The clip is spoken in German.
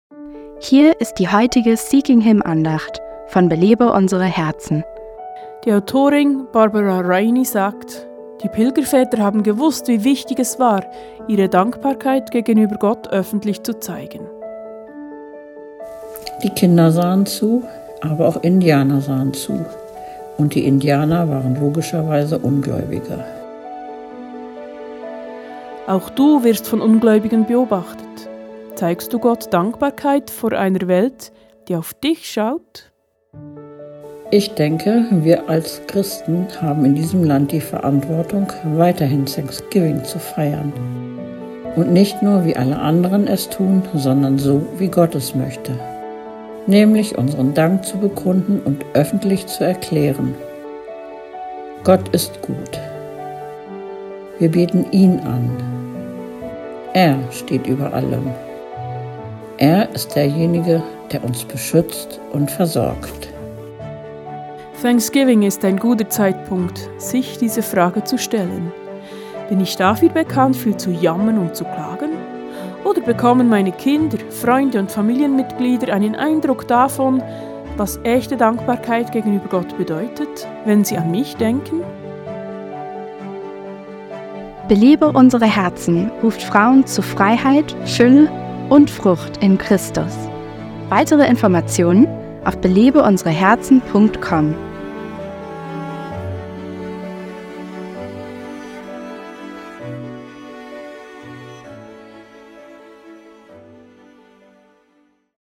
Hier ist die heutige Seeking Him Andacht von Belebe unsere Herzen. Die Autorin Barbara Rainey sagt, die Pilgerväter haben gewusst, wie wichtig es war, ihre Dankbarkeit gegenüber Gott öffentlich zu zeigen. Die Kinder sahen zu, aber auch Indianer sahen zu. Und die Indianer waren logischerweise Ungläubige. Auch du wirst von Ungläubigen beobachtet. Zeigst du Gott Dankbarkeit vor einer Welt, die auf dich schaut? Ich denke, wir als Christen haben in diesem Land die Verantwortung, weiterhin Thanksgiving zu feiern. Und nicht nur, wie alle anderen es tun, sondern so, wie Gott es möchte. Nämlich unseren Dank zu bekunden und öffentlich zu erklären. Gott ist gut. Wir beten ihn an. Er steht über allem. Er ist derjenige, der uns beschützt und versorgt. Thanksgiving ist ein guter Zeitpunkt, sich diese Frage zu stellen. Bin ich dafür bekannt, viel zu jammern und zu klagen? Oder bekommen meine Kinder, Freunde und Familienmitglieder einen Eindruck davon, was echte Dankbarkeit gegenüber Gott bedeutet, wenn sie an mich denken? Belebe unsere Herzen ruft Frauen zu Freiheit, Fülle und Frucht in Christus. Weitere Informationen auf belebeunsereherzen.com.